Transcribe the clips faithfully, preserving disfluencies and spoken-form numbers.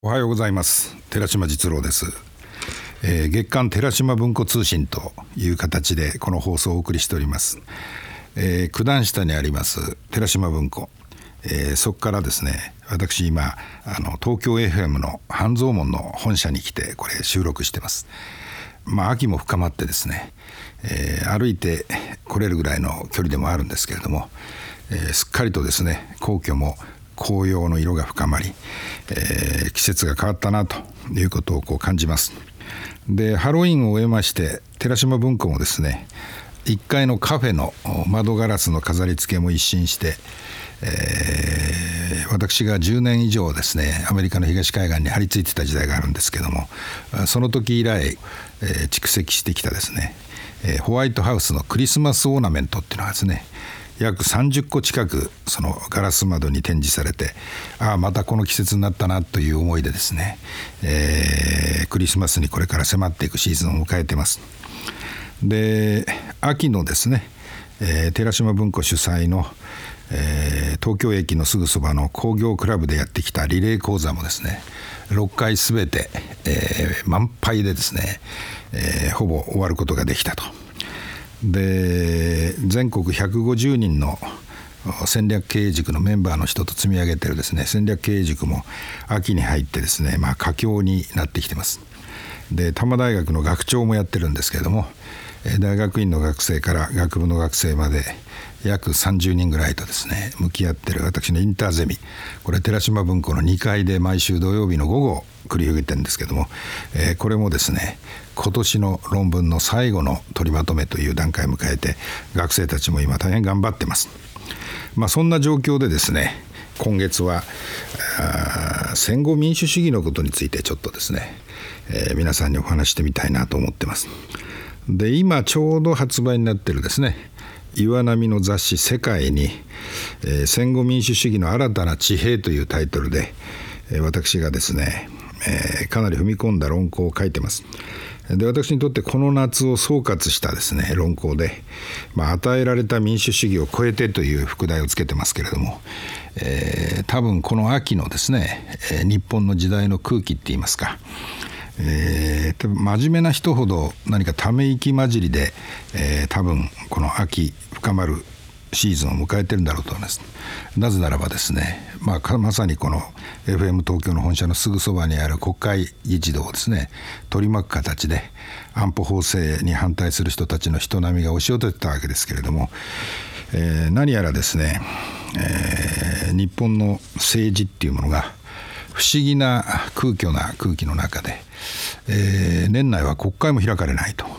おはようございます。寺島実郎です。えー、月刊寺島文庫通信という形でこの放送をお送りしております。えー、九段下にあります寺島文庫、えー、そこからですね、私今あの東京 エフエム の半蔵門の本社に来てこれ収録してます。まあ秋も深まってですね、えー、歩いて来れるぐらいの距離でもあるんですけれども、えー、すっかりとですね皇居も紅葉の色が深まり、えー、季節が変わったなということをこう感じます。でハロウィンを終えまして寺島文庫もですねいっかいのカフェの窓ガラスの飾り付けも一新して、えー、私がじゅうねん以上ですねアメリカの東海岸に張り付いてた時代があるんですけども、その時以来、えー、蓄積してきたですね、えー、ホワイトハウスのクリスマスオーナメントっていうのがですね約さんじゅっこ近くそのガラス窓に展示されて、ああまたこの季節になったなという思いでですね、えー、クリスマスにこれから迫っていくシーズンを迎えています。で秋のですね、えー、寺島文庫主催の、えー、東京駅のすぐそばの工業クラブでやってきたリレー講座もですねろっかいすべて、えー、満杯でですね、えー、ほぼ終わることができたと。で全国ひゃくごじゅうにんの戦略経営塾のメンバーの人と積み上げてるですね戦略経営塾も秋に入ってですね、まあ、佳境になってきてます。で多摩大学の学長もやってるんですけれども、大学院の学生から学部の学生まで約さんじゅうにんぐらいとですね向き合ってる私のインターゼミ、これ寺島文庫のにかいで毎週土曜日の午後繰り広げてるんですけども、えー、これもですね今年の論文の最後の取りまとめという段階を迎えて学生たちも今大変頑張ってます。まあ、そんな状況でですね今月は戦後民主主義のことについてちょっとですね、えー、皆さんにお話してみたいなと思ってます。で今ちょうど発売になってるですね岩波の雑誌世界に、えー、戦後民主主義の新たな地平というタイトルで、えー、私がですね、えー、かなり踏み込んだ論考を書いてます。で私にとってこの夏を総括したですね論考で、まあ、与えられた民主主義を超えてという副題をつけてますけれども、えー、多分この秋のですね、えー、日本の時代の空気って言いますか、えー、多分真面目な人ほど何かため息混じりで、えー、多分この秋深まるシーズンを迎えてるんだろうと思います。なぜならばですね、まあ、まさにこの エフエム 東京の本社のすぐそばにある国会議事堂をですね取り巻く形で安保法制に反対する人たちの人波が押し寄せてたわけですけれども、えー、何やらですね、えー、日本の政治っていうものが不思議な空虚な空気の中で、えー、年内は国会も開かれないと。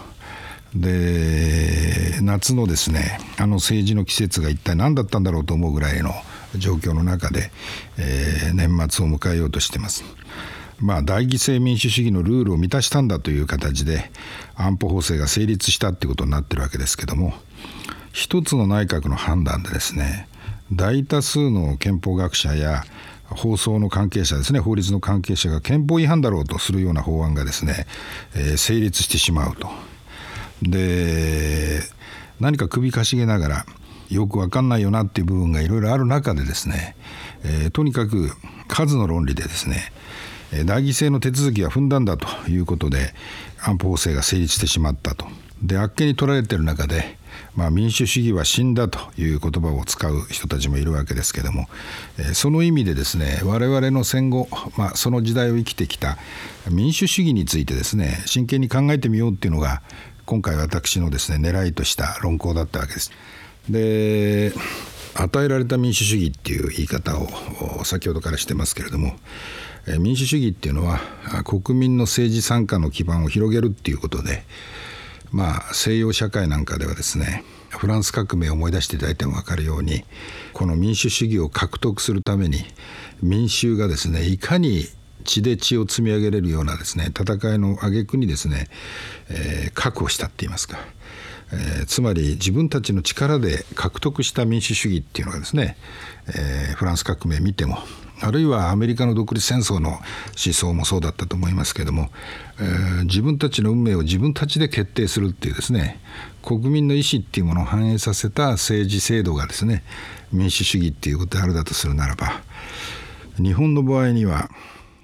で夏のですねあの政治の季節が一体何だったんだろうと思うぐらいの状況の中で、えー、年末を迎えようとしています。まあ大議制民主主義のルールを満たしたんだという形で安保法制が成立したっていうことになってるわけですけども、一つの内閣の判断でですね大多数の憲法学者や放送の関係者ですね法律の関係者が憲法違反だろうとするような法案がですね、えー、成立してしまうと。で何か首かしげながらよく分かんないよなっていう部分がいろいろある中でですね、えー、とにかく数の論理でですね大議制の手続きは踏んだんだということで安保法制が成立してしまったと。であっけに取られている中で、まあ、民主主義は死んだという言葉を使う人たちもいるわけですけれども、えー、その意味でですね我々の戦後、まあ、その時代を生きてきた民主主義についてですね真剣に考えてみようっていうのが今回私のですね狙いとした論考だったわけです。で与えられた民主主義っていう言い方を先ほどからしてますけれども、民主主義っていうのは国民の政治参加の基盤を広げるっていうことで、まあ西洋社会なんかではですねフランス革命を思い出していただいても分かるようにこの民主主義を獲得するために民衆がですねいかに血で血を積み上げれるようなですね戦いの挙句にですね、えー、確保したって言いますか、えー、つまり自分たちの力で獲得した民主主義っていうのがですね、えー、フランス革命見てもあるいはアメリカの独立戦争の思想もそうだったと思いますけれども、えー、自分たちの運命を自分たちで決定するっていうですね国民の意思っていうものを反映させた政治制度がですね民主主義っていうことであるだとするならば、日本の場合には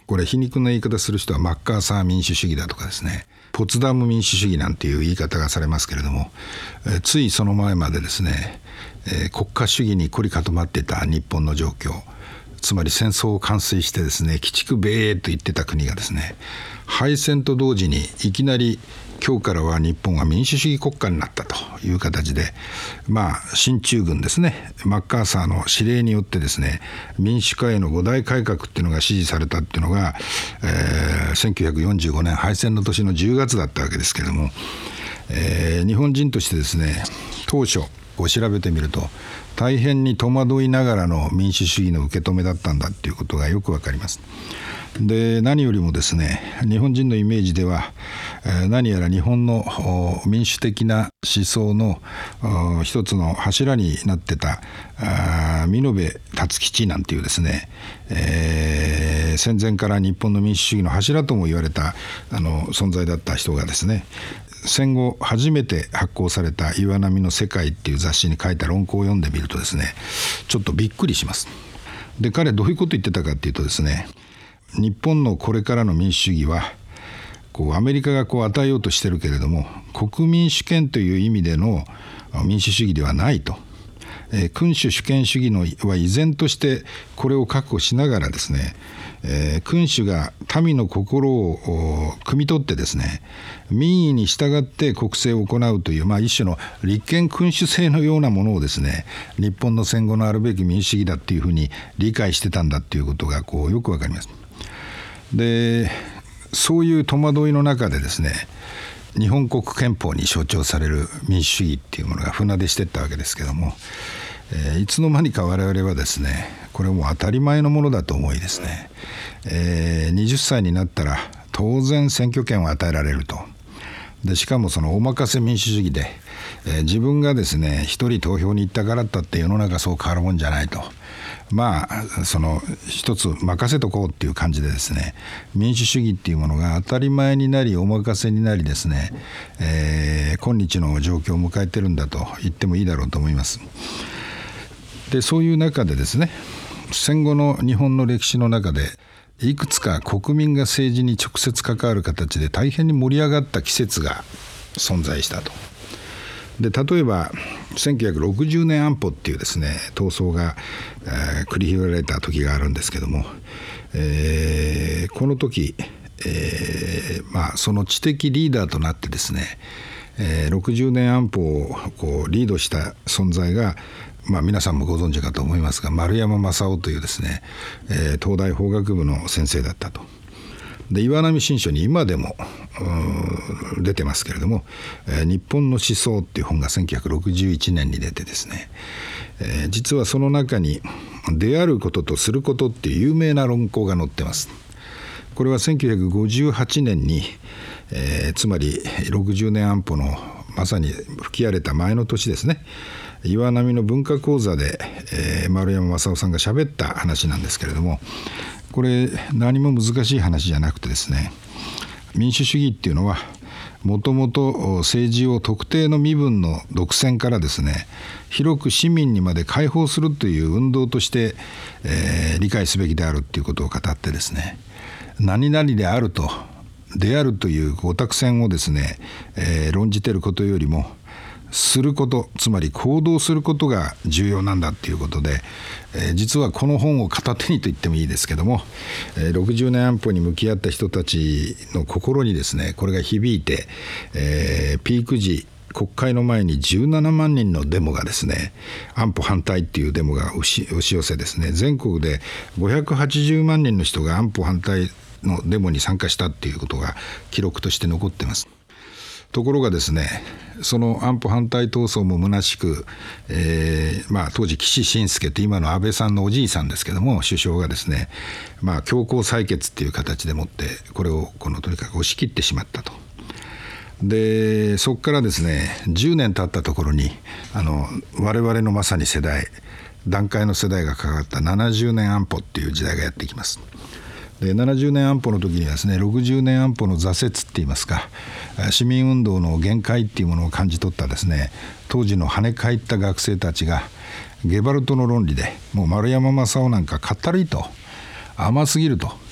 これ皮肉な言い方する人はマッカーサー民主主義だとかですね、ポツダム民主主義なんていう言い方がされますけれども、えー、ついその前までですね、えー、国家主義に凝り固まっていた日本の状況、つまり戦争を完遂してですね、鬼畜米英と言ってた国がですね、敗戦と同時にいきなり今日からは日本は民主主義国家になったという形で、まあ進駐軍ですね、マッカーサーの指令によってですね、民主化への五大改革っていうのが指示されたっていうのが、えー、せんきゅうひゃくよんじゅうごねん敗戦の年のじゅうがつだったわけですけれども、えー、日本人としてですね、当初を調べてみると大変に戸惑いながらの民主主義の受け止めだったんだっていうことがよくわかります。で、何よりもですね、日本人のイメージでは何やら日本の民主的な思想の一つの柱になってた美濃部達吉なんていうですね、えー、戦前から日本の民主主義の柱とも言われたあの存在だった人がですね、戦後初めて発行された岩波の世界っていう雑誌に書いた論考を読んでみるとですね、ちょっとびっくりします。で、彼どういうこと言ってたかっていうとですね、日本のこれからの民主主義はこうアメリカがこう与えようとしてるけれども、国民主権という意味での民主主義ではないと、えー、君主主権主義のは依然としてこれを確保しながらですね、えー、君主が民の心を汲み取ってですね、民意に従って国政を行うという、まあ、一種の立憲君主制のようなものをですね、日本の戦後のあるべき民主主義だっていうふうに理解してたんだっていうことがこうよくわかります。で、そういう戸惑いの中でですね、日本国憲法に象徴される民主主義っていうものが船出していったわけですけども、えー、いつの間にか我々はですね、これも当たり前のものだと思いですね、えー、はたちになったら当然選挙権を与えられると。で、しかもそのお任せ民主主義で、えー、自分がですね一人投票に行ったからったって世の中そう変わるもんじゃないと、まあその一つ任せとこうっていう感じでですね、民主主義っていうものが当たり前になりお任せになりですね、えー、今日の状況を迎えてるんだと言ってもいいだろうと思います。で、そういう中でですね、戦後の日本の歴史の中でいくつか国民が政治に直接関わる形で大変に盛り上がった季節が存在したと。で、例えばせんきゅうひゃくろくじゅうねん安保っていうですね闘争が、えー、繰り広げられた時があるんですけども、えー、この時、えーまあ、その知的リーダーとなってですね、えー、ろくじゅうねん安保をこうリードした存在が、まあ、皆さんもご存知かと思いますが、丸山正夫というですね、えー、東大法学部の先生だったと。で、岩波新書に今でも出てますけれども、えー、日本の思想っていう本がせんきゅうひゃくろくじゅういちねんに出てですね、えー、実はその中に出あることとすることっていう有名な論考が載ってます。これはせんきゅうひゃくごじゅうはちねんに、えー、つまりろくじゅうねん安保のまさに吹き荒れた前の年ですね、岩波の文化講座で、えー、丸山正夫さんが喋った話なんですけれども、これ何も難しい話じゃなくてですね、民主主義っていうのはもともと政治を特定の身分の独占からですね、広く市民にまで解放するという運動として、えー、理解すべきであるっていうことを語ってですね、何々であるとであるという五択線をですね、えー、論じていることよりもすること、つまり行動することが重要なんだっていうことで、えー、実はこの本を片手にと言ってもいいですけども、えー、ろくじゅうねん安保に向き合った人たちの心にですねこれが響いて、えー、ピーク時国会の前にじゅうななまんにんのデモがですね、安保反対っていうデモが押し、押し寄せですね、全国でごひゃくはちじゅうまんにんの人が安保反対のデモに参加したっていうことが記録として残っています。ところがですね、その安保反対闘争も虚しく、えーまあ、当時岸信介って今の安倍さんのおじいさんですけども、首相がですね、まあ、強行採決っていう形でもってこれをこのとにかく押し切ってしまったと。で、そこからですねじゅうねん経ったところにあの我々のまさに世代団塊の世代が関わったななじゅうねん安保っていう時代がやってきます。でななじゅうねん安保の時にはですね、ろくじゅうねん安保の挫折っていいますか、市民運動の限界っていうものを感じ取ったですね、当時の跳ね返った学生たちがゲバルトの論理でもう丸山正夫なんかかったるいと、甘すぎると、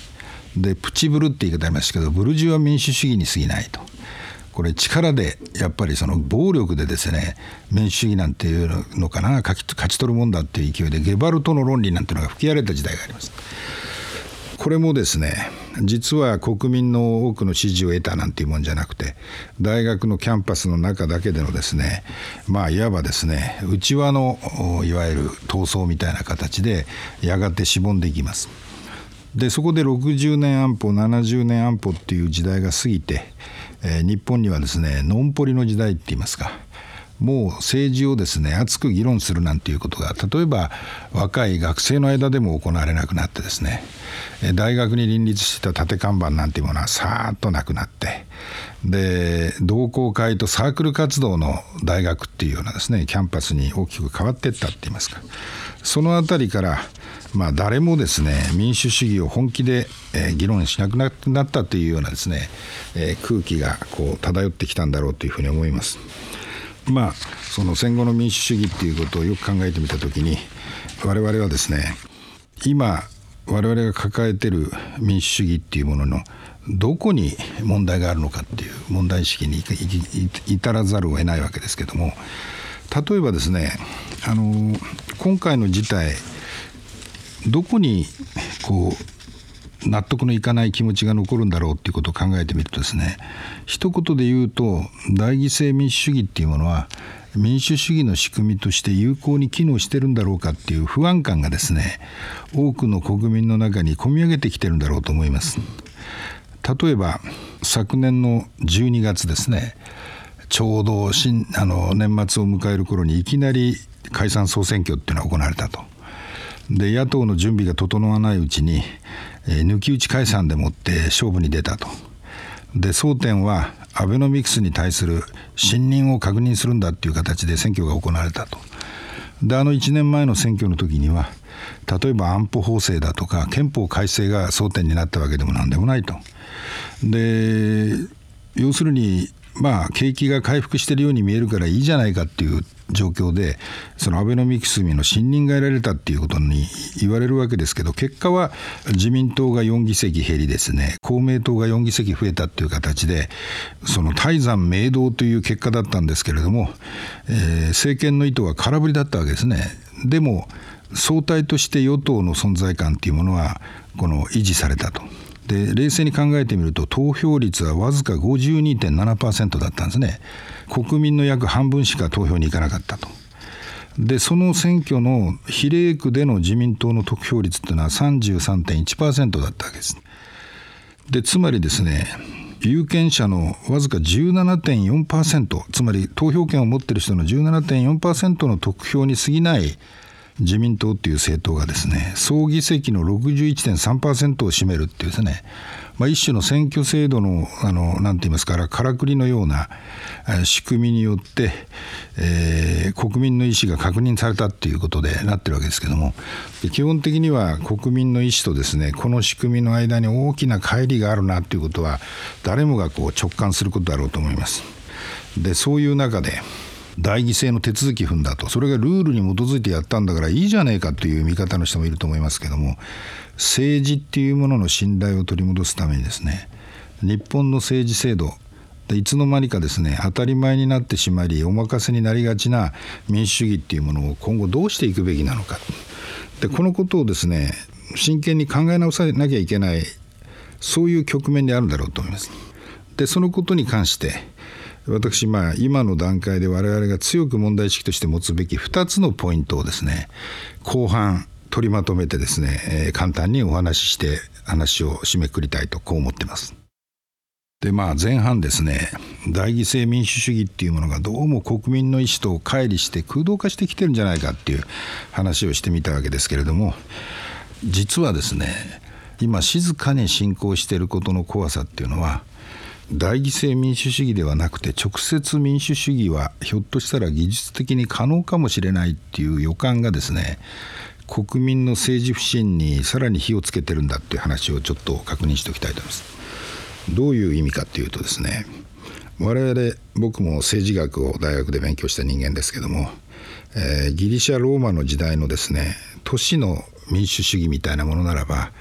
でプチブルって言い方ありますけど、ブルジョア民主主義に過ぎないと。これ力でやっぱりその暴力でですね民主主義なんていうのかな勝ち、勝ち取るもんだっていう勢いでゲバルトの論理なんていうのが吹き荒れた時代があります。これもですね実は国民の多くの支持を得たなんていうもんじゃなくて、大学のキャンパスの中だけでのですねまあいわばですね内輪のいわゆる闘争みたいな形でやがてしぼんでいきます。でそこでろくじゅうねん安保ななじゅうねん安保っていう時代が過ぎて、えー、日本にはですねノンポリの時代って言いますか、もう政治をですね熱く議論するなんていうことが例えば若い学生の間でも行われなくなってですね、大学に林立してた縦看板なんていうものはさーっとなくなって、で同好会とサークル活動の大学っていうようなですねキャンパスに大きく変わっていったって言いますか、そのあたりからまあ誰もですね民主主義を本気で議論しなくなったというようなですね空気がこう漂ってきたんだろうというふうに思います。まあその戦後の民主主義っていうことをよく考えてみたときに、我々はですね今我々が抱えている民主主義っていうもののどこに問題があるのかっていう問題意識に至らざるを得ないわけですけども、例えばですねあの今回の事態どこにこう納得のいかない気持ちが残るんだろうっていうことを考えてみるとですね、一言で言うと代議制民主主義っていうものは民主主義の仕組みとして有効に機能してるんだろうかっていう不安感がですね多くの国民の中に込み上げてきてるんだろうと思います。例えば昨年のじゅうにがつですね、ちょうど新あの年末を迎える頃にいきなり解散総選挙っていうのが行われたと。で野党の準備が整わないうちに、えー、抜き打ち解散でもって勝負に出たと。で争点はアベノミクスに対する信任を確認するんだっていう形で選挙が行われたと。であのいちねんまえの選挙の時には例えば安保法制だとか憲法改正が争点になったわけでもなんでもないと。で要するにまあ景気が回復しているように見えるからいいじゃないかっていう状況で、そのアベノミクスの信任が得られたっていうことに言われるわけですけど、結果は自民党がよんぎせき減りですね公明党がよんぎせき増えたっていう形で、その大山明堂という結果だったんですけれども、えー、政権の意図は空振りだったわけですね。でも総体として与党の存在感っていうものはこの維持されたと。で冷静に考えてみると投票率はわずか ごじゅうにてんななパーセント だったんですね。国民の約半分しか投票に行かなかったと。でその選挙の比例区での自民党の得票率っていうのは さんじゅうさんてんいちパーセント だったわけです。でつまりですね有権者のわずか じゅうななてんよんパーセント、 つまり投票権を持っている人の じゅうななてんよんパーセント の得票に過ぎない自民党っていう政党がですね総議席の ろくじゅういってんさんパーセント を占めるっていうですね、まあ、一種の選挙制度のあのなんて言いますかからくりのような仕組みによって、えー、国民の意思が確認されたっていうことでなってるわけですけども、基本的には国民の意思とですねこの仕組みの間に大きな乖離があるなということは誰もがこう直感することだろうと思います。でそういう中で代議制の手続き踏んだと、それがルールに基づいてやったんだからいいじゃねえかという見方の人もいると思いますけども、政治っていうものの信頼を取り戻すためにですね日本の政治制度でいつの間にかですね当たり前になってしまいお任せになりがちな民主主義っていうものを今後どうしていくべきなのか、でこのことをですね真剣に考え直さなきゃいけない、そういう局面であるんだろうと思います。でそのことに関して私、まあ、今の段階で我々が強く問題意識として持つべきふたつのポイントをですね後半取りまとめてですね、えー、簡単にお話しして話を締めくくりたいとこう思っています。でまあ前半ですね代議制民主主義っていうものがどうも国民の意思と乖離して空洞化してきてるんじゃないかっていう話をしてみたわけですけれども、実はですね今静かに進行していることの怖さっていうのは代議制民主主義ではなくて直接民主主義はひょっとしたら技術的に可能かもしれないっていう予感がですね国民の政治不信にさらに火をつけてるんだっていう話をちょっと確認しておきたいと思います。どういう意味かっていうとですね、我々僕も政治学を大学で勉強した人間ですけども、えー、ギリシャローマの時代のですね都市の民主主義みたいなものならば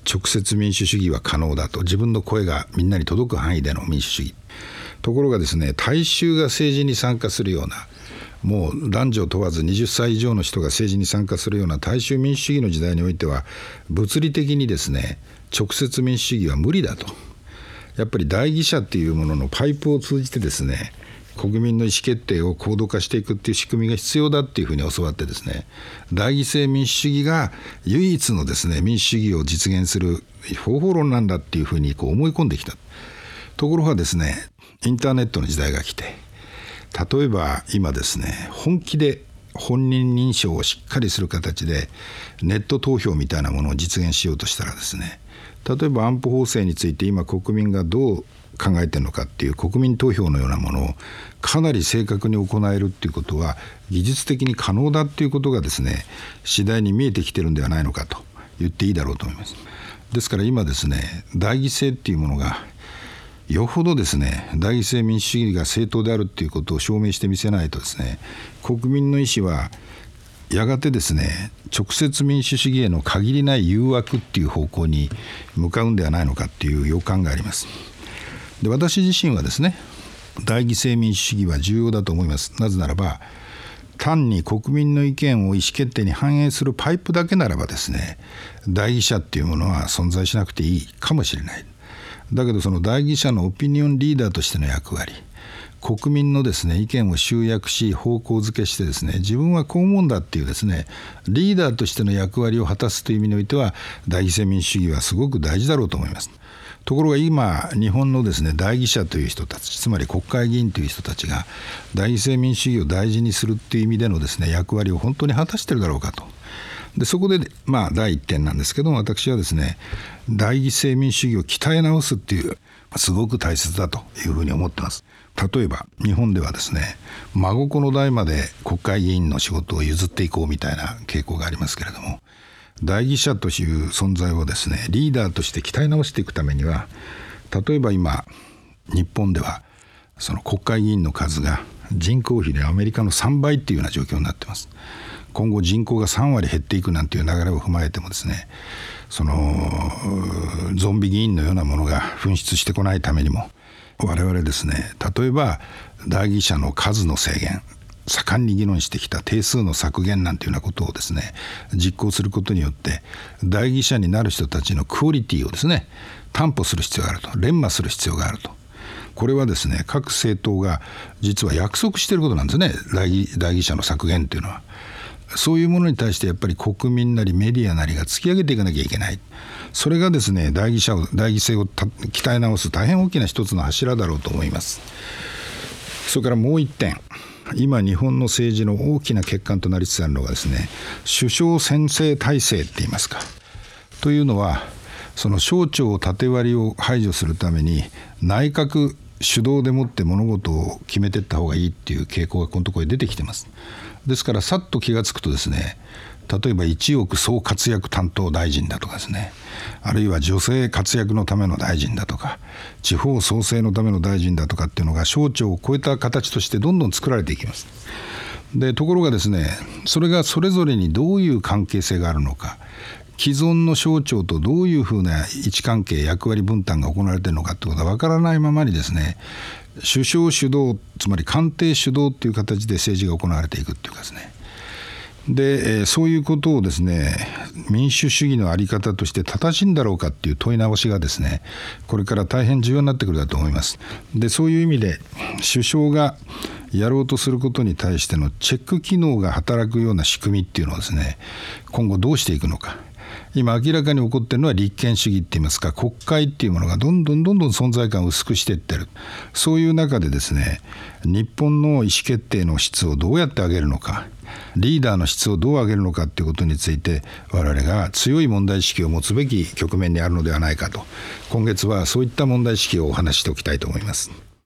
直接民主主義は可能だと、自分の声がみんなに届く範囲での民主主義。ところがですね、大衆が政治に参加するような、もう男女問わずはたち以上の人が政治に参加するような大衆民主主義の時代においては、物理的にですね直接民主主義は無理だと。やっぱり代議者っていうもののパイプを通じてですね、国民の意思決定を高度化していくっていう仕組みが必要だっていうふうに教わってですね、代議制民主主義が唯一のですね民主主義を実現する方法論なんだっていうふうにこう思い込んできた。ところがですね、インターネットの時代が来て、例えば今ですね、本気で本人認証をしっかりする形でネット投票みたいなものを実現しようとしたらですね、例えば安保法制について今国民がどう考えているのかっていう国民投票のようなものをかなり正確に行えるっていうことは技術的に可能だっていうことがですね、次第に見えてきてるんではないのかと言っていいだろうと思います。ですから今ですね、代議制っていうものがよほどですね、代議制民主主義が正当であるということを証明してみせないとですね、国民の意思はやがてですね、直接民主主義への限りない誘惑っていう方向に向かうんではないのかっていう予感があります。で、私自身はですね、代議制民主主義は重要だと思います。なぜならば、単に国民の意見を意思決定に反映するパイプだけならばですね、代議者っていうものは存在しなくていいかもしれない。だけどその代議者のオピニオンリーダーとしての役割、国民のですね意見を集約し方向づけしてですね、自分はこう思うんだっていうですねリーダーとしての役割を果たすという意味においては、代議制民主主義はすごく大事だろうと思います。ところが今日本のですね代議者という人たち、つまり国会議員という人たちが代議制民主主義を大事にするっていう意味でのですね役割を本当に果たしているだろうかと。でそこで、まあ、第一点なんですけども、私はですね代議制民主主義を鍛え直すっていうすごく大切だというふうに思ってます。例えば日本ではですね、孫子の代まで国会議員の仕事を譲っていこうみたいな傾向がありますけれども、代議者という存在をですねリーダーとして鍛え直していくためには、例えば今日本ではその国会議員の数が人口比でアメリカのさんばいっていうような状況になっています。今後人口がさんわり減っていくなんていう流れを踏まえてもですね、そのゾンビ議員のようなものが噴出してこないためにも、我々ですね、例えば代議者の数の制限、盛んに議論してきた定数の削減なんていうようなことをですね実行することによって、代議者になる人たちのクオリティをですね担保する必要があると、錬磨する必要があると。これはですね各政党が実は約束していることなんですね、代議、代議者の削減というのは。そういうものに対してやっぱり国民なりメディアなりが突き上げていかなきゃいけない。それがですね代議者を代議制を鍛え直す大変大きな一つの柱だろうと思います。それからもう一点、今日本の政治の大きな欠陥となりつつあるのがですね、首相専制体制って言いますか。というのは、その省庁を縦割りを排除するために内閣主導でもって物事を決めていった方がいいっていう傾向がこのところに出てきてます。ですからさっと気がつくとですね、例えばいちおく総活躍担当大臣だとかですね、あるいは女性活躍のための大臣だとか、地方創生のための大臣だとかっていうのが省庁を超えた形としてどんどん作られていきます。でところがですね、それがそれぞれにどういう関係性があるのか、既存の省庁とどういうふうな位置関係、役割分担が行われているのかということが分からないままにですね、首相主導、つまり官邸主導という形で政治が行われていくというかですね、でそういうことをですね民主主義の在り方として正しいんだろうかっていう問い直しがですねこれから大変重要になってくるだと思います。でそういう意味で首相がやろうとすることに対してのチェック機能が働くような仕組みっていうのをですね今後どうしていくのか。今明らかに起こっているのは立憲主義っていいますか、国会っていうものがどんどんどんどん存在感を薄くしていってる。そういう中でですね日本の意思決定の質をどうやって上げるのか、リーダーの質をどう上げるのかということについて我々が強い問題意識を持つべき局面にあるのではないかと、今月はそういった問題意識をお話ししておきたいと思います。